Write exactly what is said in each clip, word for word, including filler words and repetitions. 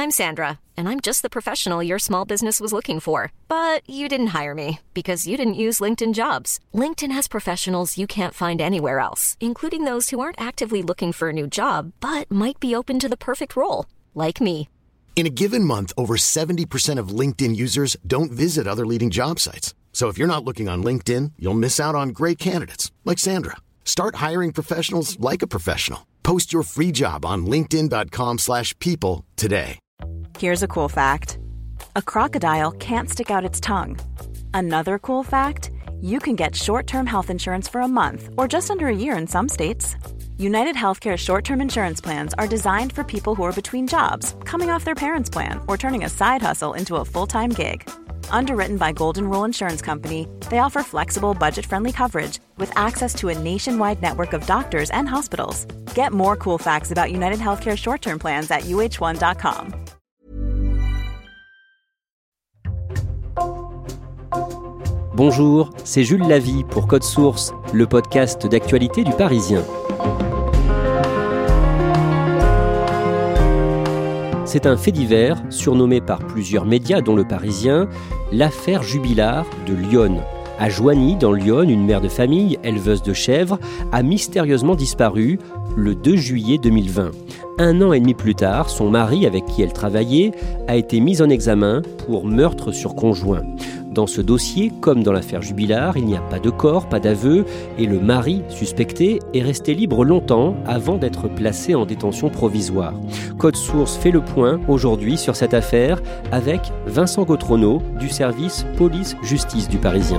I'm Sandra, and I'm just the professional your small business was looking for. But you didn't hire me because you didn't use LinkedIn Jobs. LinkedIn has professionals you can't find anywhere else, including those who aren't actively looking for a new job, but might be open to the perfect role, like me. In a given month, over seventy percent of LinkedIn users don't visit other leading job sites. So if you're not looking on LinkedIn, you'll miss out on great candidates like Sandra. Start hiring professionals like a professional. Post your free job on linkedin.com slash people today. Here's a cool fact. A crocodile can't stick out its tongue. Another cool fact, you can get short-term health insurance for a month or just under a year in some states. United Healthcare short-term insurance plans are designed for people who are between jobs, coming off their parents' plan, or turning a side hustle into a full-time gig. Underwritten by Golden Rule Insurance Company, they offer flexible, budget-friendly coverage with access to a nationwide network of doctors and hospitals. Get more cool facts about United Healthcare short-term plans at U H one dot com. Bonjour, c'est Jules Lavie pour Code Source, le podcast d'actualité du Parisien. C'est un fait divers, surnommé par plusieurs médias dont le Parisien, l'affaire Jubilard de Lyon. À Joigny, dans l'Yonne, une mère de famille, éleveuse de chèvres, a mystérieusement disparu le deux juillet deux mille vingt. Un an et demi plus tard, son mari, avec qui elle travaillait, a été mis en examen pour meurtre sur conjoint. Dans ce dossier, comme dans l'affaire Jubilard, il n'y a pas de corps, pas d'aveu, et le mari suspecté est resté libre longtemps avant d'être placé en détention provisoire. Code Source fait le point aujourd'hui sur cette affaire avec Vincent Gautrono du service police-justice du Parisien.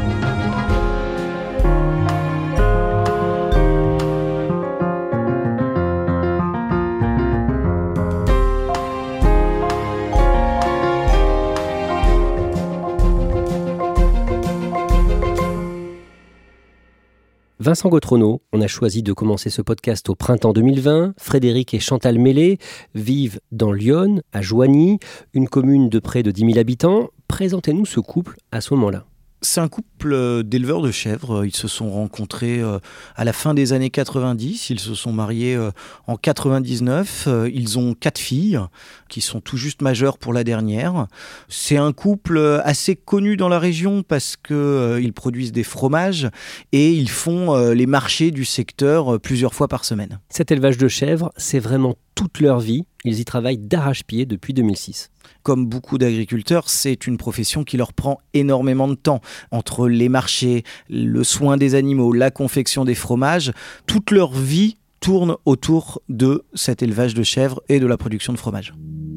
Vincent Gautrono, on a choisi de commencer ce podcast au printemps deux mille vingt. Frédéric et Chantal Mellet vivent dans l'Yonne, à Joigny, une commune de près de dix mille habitants. Présentez-nous ce couple à ce moment-là. C'est un couple d'éleveurs de chèvres. Ils se sont rencontrés à la fin des années quatre-vingt-dix. Ils se sont mariés en quatre-vingt-dix-neuf. Ils ont quatre filles qui sont tout juste majeures pour la dernière. C'est un couple assez connu dans la région parce qu'ils produisent des fromages et ils font les marchés du secteur plusieurs fois par semaine. Cet élevage de chèvres, c'est vraiment toute leur vie. Ils y travaillent d'arrache-pied depuis deux mille six. Comme beaucoup d'agriculteurs, c'est une profession qui leur prend énormément de temps. Entre les marchés, le soin des animaux, la confection des fromages, toute leur vie tourne autour de cet élevage de chèvres et de la production de fromage.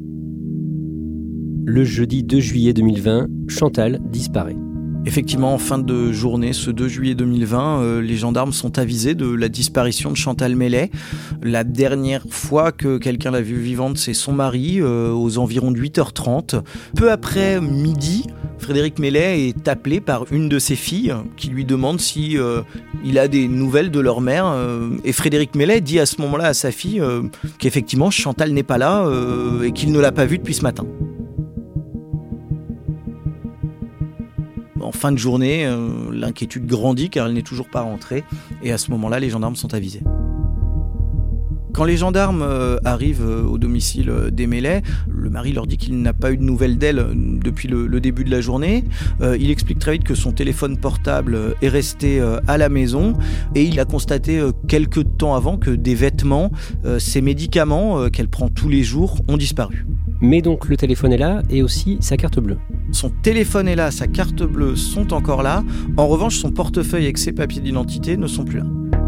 Le jeudi deux juillet deux mille vingt, Chantal disparaît. Effectivement, en fin de journée, ce deux juillet deux mille vingt, euh, les gendarmes sont avisés de la disparition de Chantal Mellet. La dernière fois que quelqu'un l'a vue vivante, c'est son mari, euh, aux environs de huit heures trente. Peu après midi, Frédéric Mellet est appelé par une de ses filles qui lui demande si euh, il a des nouvelles de leur mère. Euh, et Frédéric Mellet dit à ce moment-là à sa fille euh, qu'effectivement Chantal n'est pas là euh, et qu'il ne l'a pas vue depuis ce matin. En fin de journée, euh, l'inquiétude grandit car elle n'est toujours pas rentrée et à ce moment-là, les gendarmes sont avisés. Quand les gendarmes euh, arrivent euh, au domicile euh, des Mellet, le mari leur dit qu'il n'a pas eu de nouvelles d'elle euh, depuis le, le début de la journée. Euh, il explique très vite que son téléphone portable euh, est resté euh, à la maison et il a constaté euh, quelques temps avant que des vêtements, euh, ses médicaments euh, qu'elle prend tous les jours ont disparu. Mais donc le téléphone est là et aussi sa carte bleue. Son téléphone est là, sa carte bleue sont encore là. En revanche, son portefeuille avec ses papiers d'identité ne sont plus là.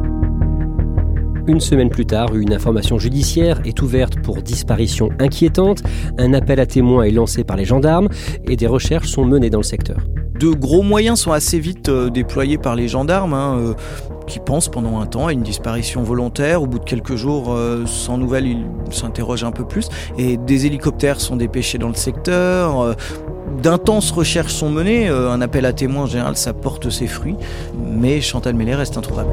Une semaine plus tard, une information judiciaire est ouverte pour disparition inquiétante. Un appel à témoins est lancé par les gendarmes et des recherches sont menées dans le secteur. De gros moyens sont assez vite euh, déployés par les gendarmes, hein, euh, qui pensent pendant un temps à une disparition volontaire. Au bout de quelques jours, euh, sans nouvelles, ils s'interrogent un peu plus. Et des hélicoptères sont dépêchés dans le secteur. Euh, D'intenses recherches sont menées. Euh, un appel à témoins, en général, ça porte ses fruits. Mais Chantal Mellet reste introuvable.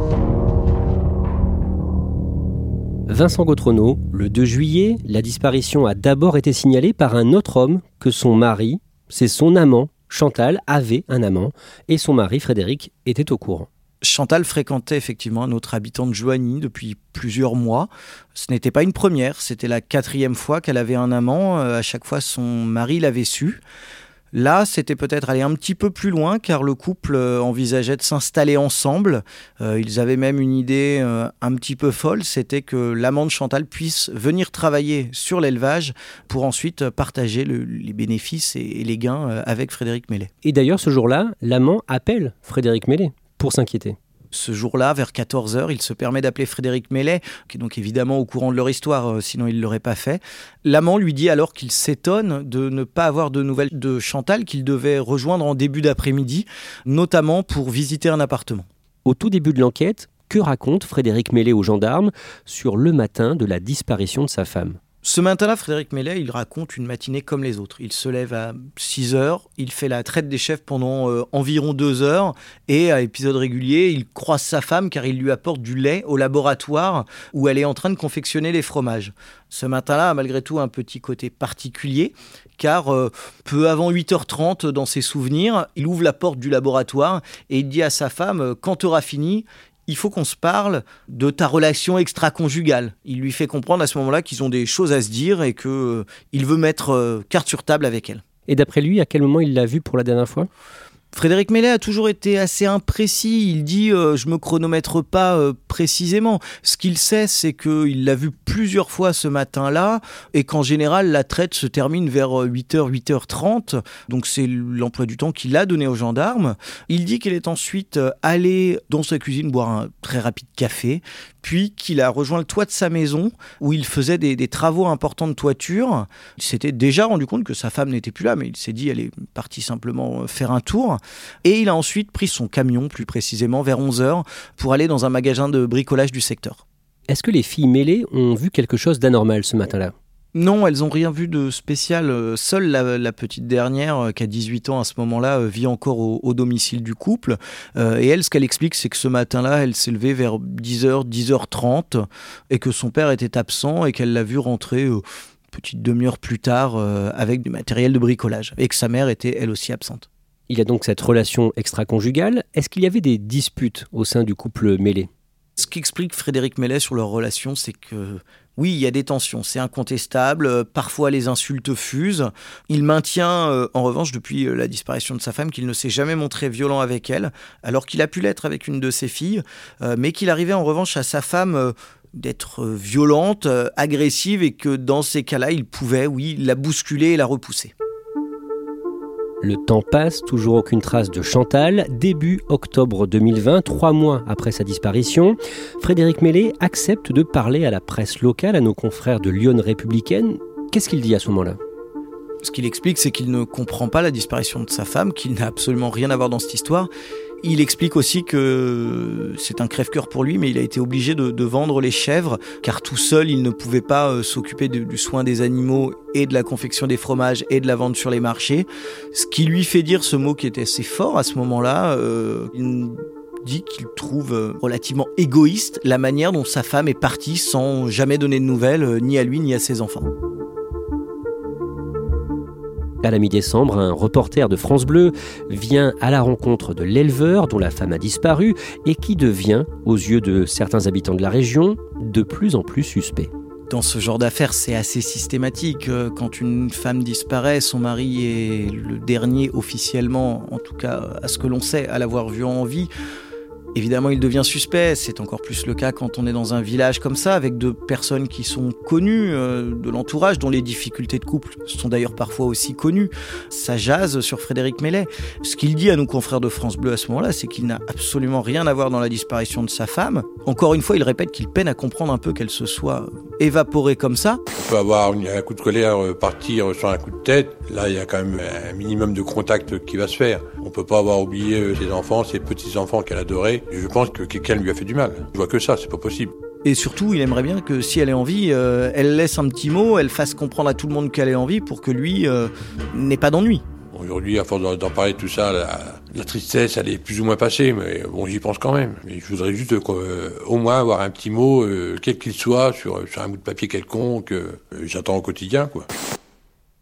Vincent Gautrono, le deux juillet, la disparition a d'abord été signalée par un autre homme que son mari. C'est son amant. Chantal avait un amant et son mari Frédéric était au courant. Chantal fréquentait effectivement un autre habitant de Joigny depuis plusieurs mois. Ce n'était pas une première, c'était la quatrième fois qu'elle avait un amant. À chaque fois, son mari l'avait su. Là, c'était peut-être aller un petit peu plus loin car le couple envisageait de s'installer ensemble. Euh, ils avaient même une idée euh, un petit peu folle, c'était que l'amant de Chantal puisse venir travailler sur l'élevage pour ensuite partager le, les bénéfices et, et les gains euh, avec Frédéric Mellet. Et d'ailleurs, ce jour-là, l'amant appelle Frédéric Mellet pour s'inquiéter. Ce jour-là, vers quatorze heures, il se permet d'appeler Frédéric Mellet, qui est donc évidemment au courant de leur histoire, euh, sinon il ne l'aurait pas fait. L'amant lui dit alors qu'il s'étonne de ne pas avoir de nouvelles de Chantal, qu'il devait rejoindre en début d'après-midi, notamment pour visiter un appartement. Au tout début de l'enquête, que raconte Frédéric Mellet aux gendarmes sur le matin de la disparition de sa femme ? Ce matin-là, Frédéric Mellet, il raconte une matinée comme les autres. Il se lève à six heures, il fait la traite des chèvres pendant euh, environ deux heures et à épisode régulier, il croise sa femme car il lui apporte du lait au laboratoire où elle est en train de confectionner les fromages. Ce matin-là a malgré tout un petit côté particulier car euh, peu avant huit heures trente, dans ses souvenirs, il ouvre la porte du laboratoire et il dit à sa femme « Quand tu auras fini », il faut qu'on se parle de ta relation extra-conjugale. Il lui fait comprendre à ce moment-là qu'ils ont des choses à se dire et qu'il euh, veut mettre euh, carte sur table avec elle. Et d'après lui, à quel moment il l'a vue pour la dernière fois ? Frédéric Mellet a toujours été assez imprécis. Il dit euh, « je me chronomètre pas euh, précisément ». Ce qu'il sait, c'est qu'il l'a vu plusieurs fois ce matin-là et qu'en général, la traite se termine vers huit heures, huit heures trente. Donc c'est l'emploi du temps qu'il a donné aux gendarmes. Il dit qu'il est ensuite allé dans sa cuisine boire un très rapide café, puis qu'il a rejoint le toit de sa maison où il faisait des, des travaux importants de toiture. Il s'était déjà rendu compte que sa femme n'était plus là, mais il s'est dit elle est partie simplement faire un tour. Et il a ensuite pris son camion, plus précisément vers onze heures, pour aller dans un magasin de bricolage du secteur. Est-ce que les filles Mellet ont vu quelque chose d'anormal ce matin-là ? Non, elles n'ont rien vu de spécial. Seule la, la petite dernière, qui a dix-huit ans à ce moment-là, vit encore au, au domicile du couple. Euh, et elle, ce qu'elle explique, c'est que ce matin-là, elle s'est levée vers dix heures, dix heures trente, et que son père était absent et qu'elle l'a vu rentrer euh, petite demi-heure plus tard euh, avec du matériel de bricolage. Et que sa mère était elle aussi absente. Il y a donc cette relation extra-conjugale. Est-ce qu'il y avait des disputes au sein du couple Mellet ? Ce qu'explique Frédéric Mellet sur leur relation, c'est que oui, il y a des tensions, c'est incontestable. Parfois, les insultes fusent. Il maintient, euh, en revanche, depuis la disparition de sa femme, qu'il ne s'est jamais montré violent avec elle, alors qu'il a pu l'être avec une de ses filles, euh, mais qu'il arrivait en revanche à sa femme euh, d'être violente, euh, agressive, et que dans ces cas-là, il pouvait, oui, la bousculer et la repousser. Le temps passe, toujours aucune trace de Chantal. Début octobre deux mille vingt, trois mois après sa disparition, Frédéric Mellet accepte de parler à la presse locale, à nos confrères de Lyon Républicaine. Qu'est-ce qu'il dit à ce moment-là ? Ce qu'il explique, c'est qu'il ne comprend pas la disparition de sa femme, qu'il n'a absolument rien à voir dans cette histoire. Il explique aussi que c'est un crève-cœur pour lui, mais il a été obligé de, de vendre les chèvres, car tout seul, il ne pouvait pas euh, s'occuper de, du soin des animaux et de la confection des fromages et de la vente sur les marchés. Ce qui lui fait dire ce mot qui était assez fort à ce moment-là, euh, il dit qu'il trouve relativement égoïste la manière dont sa femme est partie sans jamais donner de nouvelles, euh, ni à lui ni à ses enfants. À la mi-décembre, un reporter de France Bleu vient à la rencontre de l'éleveur dont la femme a disparu et qui devient, aux yeux de certains habitants de la région, de plus en plus suspect. Dans ce genre d'affaires, c'est assez systématique. Quand une femme disparaît, son mari est le dernier officiellement, en tout cas à ce que l'on sait, à l'avoir vue en vie. Évidemment, il devient suspect. C'est encore plus le cas quand on est dans un village comme ça, avec deux personnes qui sont connues euh, de l'entourage, dont les difficultés de couple sont d'ailleurs parfois aussi connues. Ça jase sur Frédéric Mellet. Ce qu'il dit à nos confrères de France Bleu à ce moment-là, c'est qu'il n'a absolument rien à voir dans la disparition de sa femme. Encore une fois, il répète qu'il peine à comprendre un peu qu'elle se soit évaporée comme ça. On peut avoir un coup de colère, partir sur un coup de tête. Là, il y a quand même un minimum de contact qui va se faire. On peut pas avoir oublié ses enfants, ses petits-enfants qu'elle adorait. Je pense que quelqu'un lui a fait du mal. Je vois que ça, c'est pas possible. Et surtout, il aimerait bien que si elle est en vie, euh, elle laisse un petit mot, elle fasse comprendre à tout le monde qu'elle est en vie pour que lui euh, n'ait pas d'ennui. Aujourd'hui, à force d'en parler de tout ça, la, la tristesse, elle est plus ou moins passée, mais bon, j'y pense quand même. Mais je voudrais juste euh, au moins avoir un petit mot, euh, quel qu'il soit, sur, sur un bout de papier quelconque, euh, j'attends au quotidien, quoi.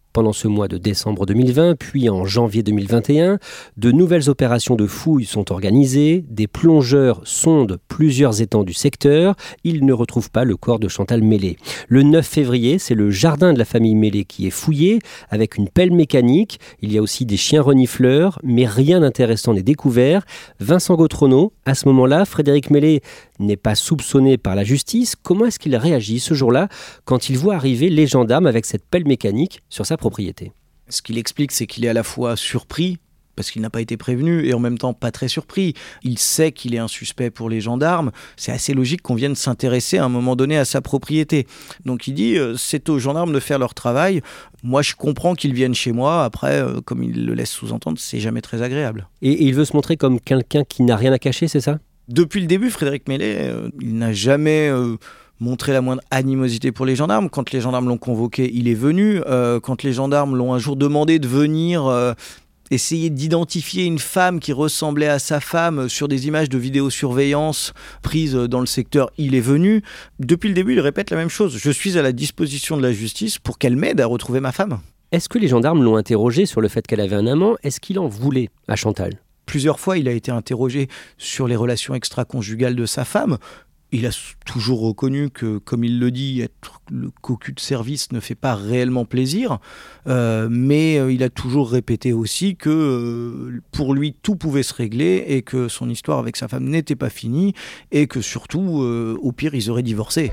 Pendant ce mois de décembre deux mille vingt, puis en janvier deux mille vingt et un, de nouvelles opérations de fouilles sont organisées. Des plongeurs sondent plusieurs étangs du secteur. Ils ne retrouvent pas le corps de Chantal Mellet. Le neuf février, c'est le jardin de la famille Mellet qui est fouillé avec une pelle mécanique. Il y a aussi des chiens renifleurs, mais rien d'intéressant n'est découvert. Vincent Gautrono, à ce moment-là, Frédéric Mellet n'est pas soupçonné par la justice. Comment est-ce qu'il réagit ce jour-là quand il voit arriver les gendarmes avec cette pelle mécanique sur sa propriété? Ce qu'il explique, c'est qu'il est à la fois surpris, parce qu'il n'a pas été prévenu, et en même temps pas très surpris. Il sait qu'il est un suspect pour les gendarmes. C'est assez logique qu'on vienne s'intéresser à un moment donné à sa propriété. Donc il dit, euh, c'est aux gendarmes de faire leur travail. Moi, je comprends qu'ils viennent chez moi. Après, euh, comme il le laisse sous-entendre, c'est jamais très agréable. Et, et il veut se montrer comme quelqu'un qui n'a rien à cacher, c'est ça? Depuis le début, Frédéric Mellet, euh, il n'a jamais euh, montré la moindre animosité pour les gendarmes. Quand les gendarmes l'ont convoqué, il est venu. Euh, quand les gendarmes l'ont un jour demandé de venir euh, essayer d'identifier une femme qui ressemblait à sa femme sur des images de vidéosurveillance prises dans le secteur, il est venu. Depuis le début, il répète la même chose. Je suis à la disposition de la justice pour qu'elle m'aide à retrouver ma femme. Est-ce que les gendarmes l'ont interrogé sur le fait qu'elle avait un amant? Est-ce qu'il en voulait à Chantal? Plusieurs fois, il a été interrogé sur les relations extra-conjugales de sa femme. Il a toujours reconnu que, comme il le dit, être le cocu de service ne fait pas réellement plaisir. Euh, mais il a toujours répété aussi que euh, pour lui, tout pouvait se régler et que son histoire avec sa femme n'était pas finie et que surtout, euh, au pire, ils auraient divorcé.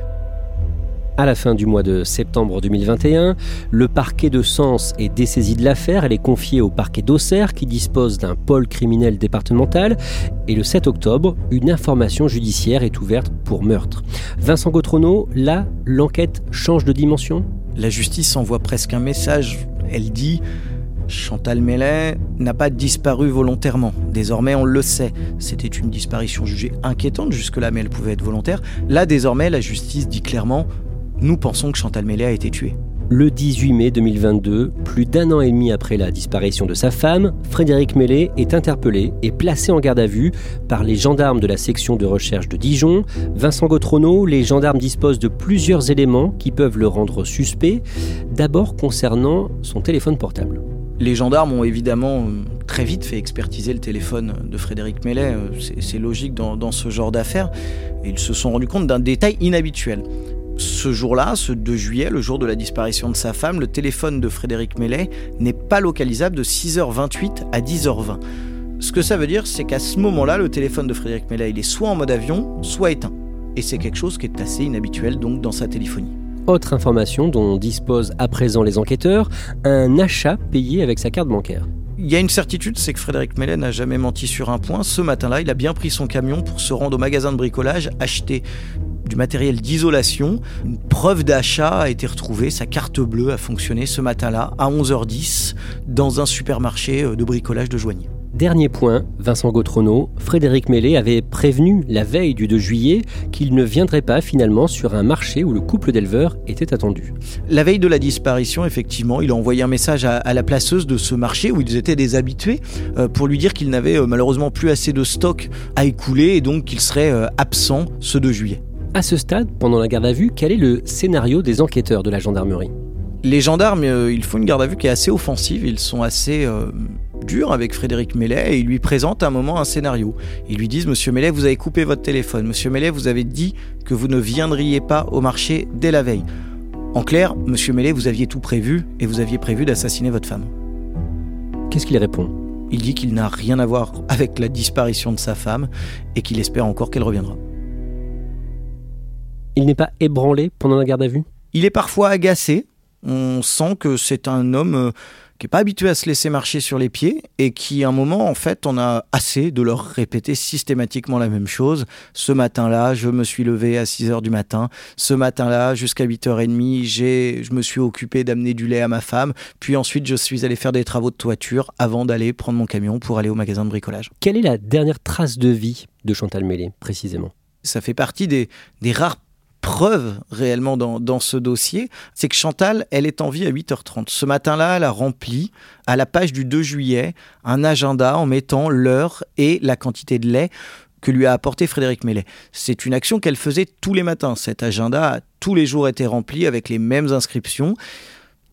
À la fin du mois de septembre deux mille vingt et un, le parquet de Sens est dessaisi de l'affaire. Elle est confiée au parquet d'Auxerre qui dispose d'un pôle criminel départemental. Et le sept octobre, une information judiciaire est ouverte pour meurtre. Vincent Gautrono, là, l'enquête change de dimension? La justice envoie presque un message. Elle dit... Chantal Mellet n'a pas disparu volontairement. Désormais, on le sait. C'était une disparition jugée inquiétante jusque-là, mais elle pouvait être volontaire. Là, désormais, la justice dit clairement « Nous pensons que Chantal Mellet a été tuée ». Le dix-huit mai deux mille vingt-deux, plus d'un an et demi après la disparition de sa femme, Frédéric Mellet est interpellé et placé en garde à vue par les gendarmes de la section de recherche de Dijon. Vincent Gautrono, les gendarmes disposent de plusieurs éléments qui peuvent le rendre suspect. D'abord concernant son téléphone portable. Les gendarmes ont évidemment très vite fait expertiser le téléphone de Frédéric Mellet. C'est, c'est logique dans, dans ce genre d'affaires. Et ils se sont rendus compte d'un détail inhabituel. Ce jour-là, ce deux juillet, le jour de la disparition de sa femme, le téléphone de Frédéric Mellet n'est pas localisable de six heures vingt-huit à dix heures vingt. Ce que ça veut dire, c'est qu'à ce moment-là, le téléphone de Frédéric Mellet, il est soit en mode avion, soit éteint. Et c'est quelque chose qui est assez inhabituel donc dans sa téléphonie. Autre information dont disposent à présent les enquêteurs, un achat payé avec sa carte bancaire. Il y a une certitude, c'est que Frédéric Mellet n'a jamais menti sur un point. Ce matin-là, il a bien pris son camion pour se rendre au magasin de bricolage, acheter du matériel d'isolation. Une preuve d'achat a été retrouvée, sa carte bleue a fonctionné ce matin-là, à onze heures dix, dans un supermarché de bricolage de Joigny. Dernier point, Vincent Gautrono, Frédéric Mellet avait prévenu la veille du deux juillet qu'il ne viendrait pas finalement sur un marché où le couple d'éleveurs était attendu. La veille de la disparition, effectivement, il a envoyé un message à, à la placeuse de ce marché où ils étaient des habitués euh, pour lui dire qu'il n'avait euh, malheureusement plus assez de stock à écouler et donc qu'il serait euh, absent ce deux juillet. À ce stade, pendant la garde à vue, quel est le scénario des enquêteurs de la gendarmerie ? Les gendarmes, euh, ils font une garde à vue qui est assez offensive, ils sont assez euh, durs avec Frédéric Mellet et ils lui présentent à un moment un scénario. Ils lui disent « Monsieur Mellet, vous avez coupé votre téléphone. Monsieur Mellet, vous avez dit que vous ne viendriez pas au marché dès la veille. En clair, Monsieur Mellet, vous aviez tout prévu et vous aviez prévu d'assassiner votre femme. » Qu'est-ce qu'il répond ? Il dit qu'il n'a rien à voir avec la disparition de sa femme et qu'il espère encore qu'elle reviendra. Il n'est pas ébranlé pendant la garde à vue ? Il est parfois agacé. On sent que c'est un homme euh, qui n'est pas habitué à se laisser marcher sur les pieds et qui, à un moment, en fait, en a assez de leur répéter systématiquement la même chose. Ce matin-là, je me suis levé à six heures du matin. Ce matin-là, jusqu'à huit heures trente, j'ai, je me suis occupé d'amener du lait à ma femme. Puis ensuite, je suis allé faire des travaux de toiture avant d'aller prendre mon camion pour aller au magasin de bricolage. Quelle est la dernière trace de vie de Chantal Mellet, précisément ? Ça fait partie des, des rares preuve réellement dans, dans ce dossier, c'est que Chantal, elle est en vie à huit heures trente. Ce matin-là, elle a rempli à la page du deux juillet un agenda en mettant l'heure et la quantité de lait que lui a apporté Frédéric Mellet. C'est une action qu'elle faisait tous les matins. Cet agenda a tous les jours été rempli avec les mêmes inscriptions.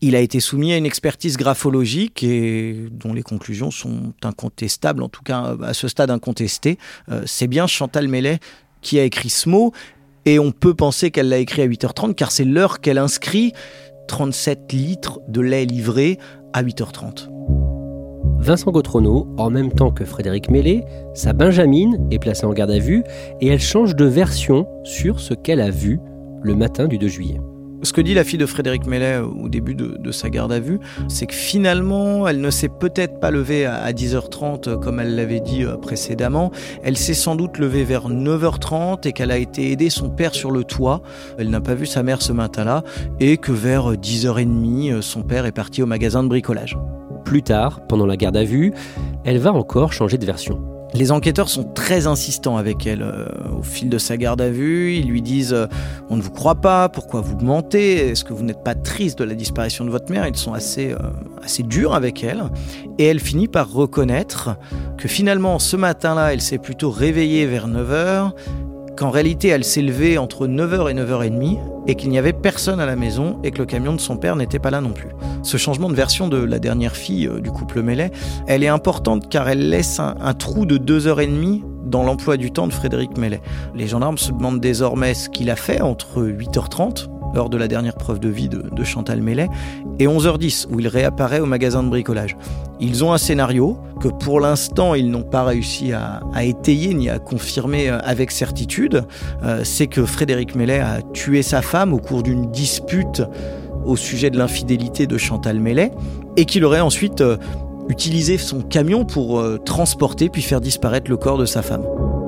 Il a été soumis à une expertise graphologique et dont les conclusions sont incontestables, en tout cas à ce stade incontestées. Euh, c'est bien Chantal Meillet qui a écrit ce mot, et on peut penser qu'elle l'a écrit à huit heures trente, car c'est l'heure qu'elle inscrit trente-sept litres de lait livré à huit heures trente. Vincent Gautrono, en même temps que Frédéric Meillet, sa Benjamine est placée en garde à vue et elle change de version sur ce qu'elle a vu le matin du deux juillet. Ce que dit la fille de Frédéric Meillet au début de, de sa garde à vue, c'est que finalement, elle ne s'est peut-être pas levée à, à dix heures trente comme elle l'avait dit précédemment. Elle s'est sans doute levée vers neuf heures trente et qu'elle a été aider son père sur le toit. Elle n'a pas vu sa mère ce matin-là et que vers dix heures trente, son père est parti au magasin de bricolage. Plus tard, pendant la garde à vue, elle va encore changer de version. Les enquêteurs sont très insistants avec elle. Euh, au fil de sa garde à vue, ils lui disent euh, « On ne vous croit pas, pourquoi vous mentez? Est-ce que vous n'êtes pas triste de la disparition de votre mère ?» Ils sont assez, euh, assez durs avec elle. Et elle finit par reconnaître que finalement, ce matin-là, elle s'est plutôt réveillée vers neuf heures, qu'en réalité, elle s'est levée entre neuf heures et neuf heures trente et qu'il n'y avait personne à la maison et que le camion de son père n'était pas là non plus. Ce changement de version de la dernière fille du couple Meillet, elle est importante car elle laisse un, un trou de deux heures trente dans l'emploi du temps de Frédéric Meillet. Les gendarmes se demandent désormais ce qu'il a fait entre huit heures trente, lors de la dernière preuve de vie de, de Chantal Meillet, et onze heures dix, où il réapparaît au magasin de bricolage. Ils ont un scénario que pour l'instant, ils n'ont pas réussi à, à étayer ni à confirmer avec certitude. Euh, c'est que Frédéric Meillet a tué sa femme au cours d'une dispute au sujet de l'infidélité de Chantal Meillet, et qu'il aurait ensuite euh, utilisé son camion pour euh, transporter puis faire disparaître le corps de sa femme.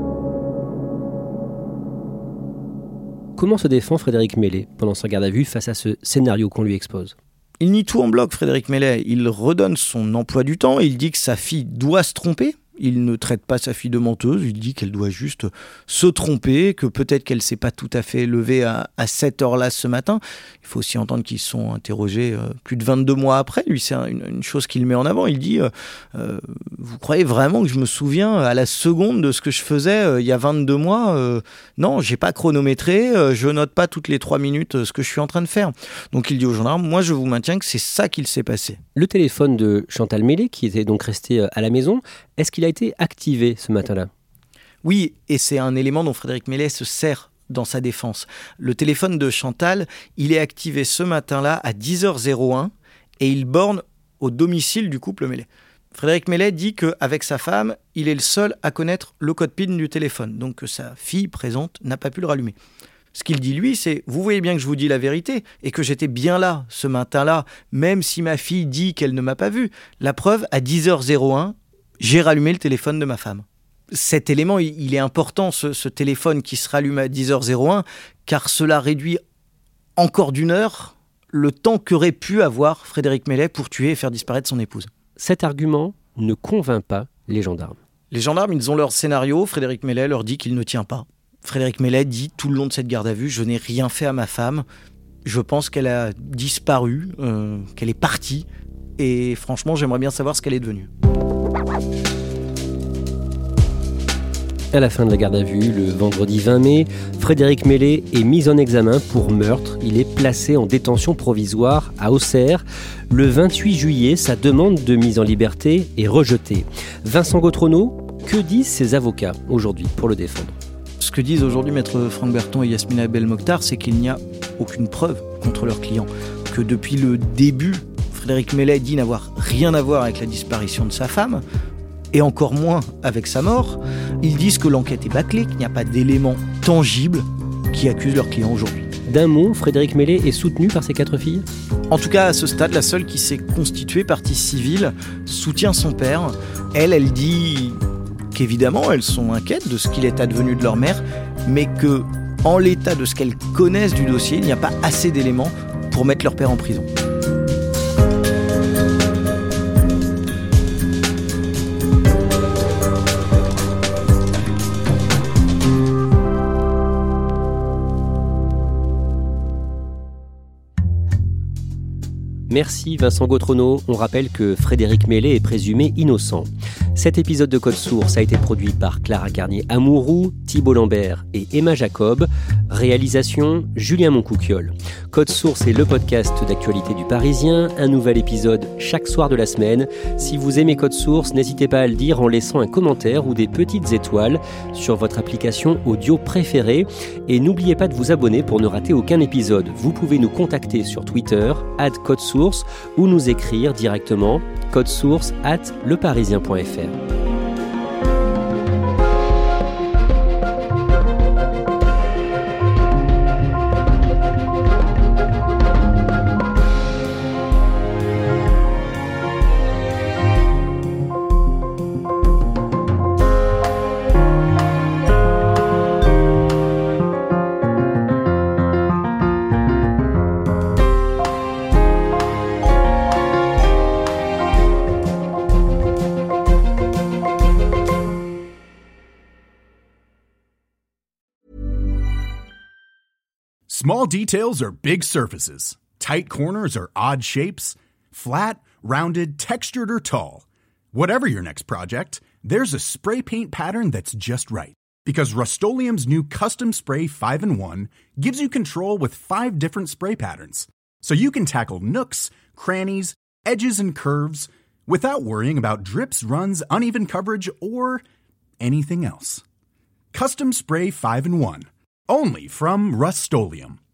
Comment se défend Frédéric Meillet pendant sa garde à vue face à ce scénario qu'on lui expose ? Il nie tout en bloc, Frédéric Meillet. Il redonne son emploi du temps, il dit que sa fille doit se tromper. Il ne traite pas sa fille de menteuse, il dit qu'elle doit juste se tromper, que peut-être qu'elle ne s'est pas tout à fait levée à, à cette heure-là ce matin. Il faut aussi entendre qu'ils sont interrogés euh, plus de vingt-deux mois après. Lui, c'est une, une chose qu'il met en avant. Il dit euh, euh, « Vous croyez vraiment que je me souviens à la seconde de ce que je faisais euh, il y a vingt-deux mois euh, Non, je n'ai pas chronométré, euh, je note pas toutes les trois minutes euh, ce que je suis en train de faire. » Donc il dit aux gendarmes « Moi, je vous maintiens que c'est ça qu'il s'est passé. » Le téléphone de Chantal Meillet, qui était donc resté à la maison, est-ce qu'il a été activé ce matin-là ? Oui, et c'est un élément dont Frédéric Meillet se sert dans sa défense. Le téléphone de Chantal, il est activé ce matin-là à dix heures un et il borne au domicile du couple Meillet. Frédéric Meillet dit qu'avec sa femme, il est le seul à connaître le code P I N du téléphone, donc que sa fille présente n'a pas pu le rallumer. Ce qu'il dit lui, c'est « Vous voyez bien que je vous dis la vérité et que j'étais bien là ce matin-là, même si ma fille dit qu'elle ne m'a pas vu. La preuve, à dix heures un, j'ai rallumé le téléphone de ma femme. » Cet élément, il est important, ce, ce téléphone qui se rallume à dix heures un, car cela réduit encore d'une heure le temps qu'aurait pu avoir Frédéric Meillet pour tuer et faire disparaître son épouse. Cet argument ne convainc pas les gendarmes. Les gendarmes, ils ont leur scénario. Frédéric Meillet leur dit qu'il ne tient pas. Frédéric Meillet dit tout le long de cette garde à vue, je n'ai rien fait à ma femme. Je pense qu'elle a disparu, euh, qu'elle est partie. Et franchement, j'aimerais bien savoir ce qu'elle est devenue. À la fin de la garde à vue, le vendredi vingt mai, Frédéric Meillet est mis en examen pour meurtre. Il est placé en détention provisoire à Auxerre. Le vingt-huit juillet, sa demande de mise en liberté est rejetée. Vincent Gautrono, que disent ses avocats aujourd'hui pour le défendre ? Ce que disent aujourd'hui maître Franck Berton et Yasmina Belmokhtar, c'est qu'il n'y a aucune preuve contre leur client. Que depuis le début, Frédéric Meillet dit n'avoir rien à voir avec la disparition de sa femme, et encore moins avec sa mort. Ils disent que l'enquête est bâclée, qu'il n'y a pas d'éléments tangibles qui accusent leur client aujourd'hui. D'un mot, Frédéric Meillet est soutenu par ses quatre filles ? En tout cas, à ce stade, la seule qui s'est constituée partie civile soutient son père. Elle, elle dit qu'évidemment, elles sont inquiètes de ce qu'il est advenu de leur mère, mais que, en l'état de ce qu'elles connaissent du dossier, il n'y a pas assez d'éléments pour mettre leur père en prison. Merci Vincent Gautrono. On rappelle que Frédéric Meillet est présumé innocent. Cet épisode de Code Source a été produit par Clara Garnier-Amouroux, Thibault Lambert et Emma Jacob. Réalisation, Julien Moncouquiol. Code Source est le podcast d'actualité du Parisien. Un nouvel épisode chaque soir de la semaine. Si vous aimez Code Source, n'hésitez pas à le dire en laissant un commentaire ou des petites étoiles sur votre application audio préférée. Et n'oubliez pas de vous abonner pour ne rater aucun épisode. Vous pouvez nous contacter sur Twitter, arobase codesource, ou nous écrire directement codesource arobase leparisien point f r. Small details are big surfaces. Tight corners are odd shapes. Flat, rounded, textured, or tall. Whatever your next project, there's a spray paint pattern that's just right. Because Rust-Oleum's new Custom Spray five in one gives you control with five different spray patterns. So you can tackle nooks, crannies, edges, and curves without worrying about drips, runs, uneven coverage, or anything else. Custom Spray five in one. Only from Rust-Oleum.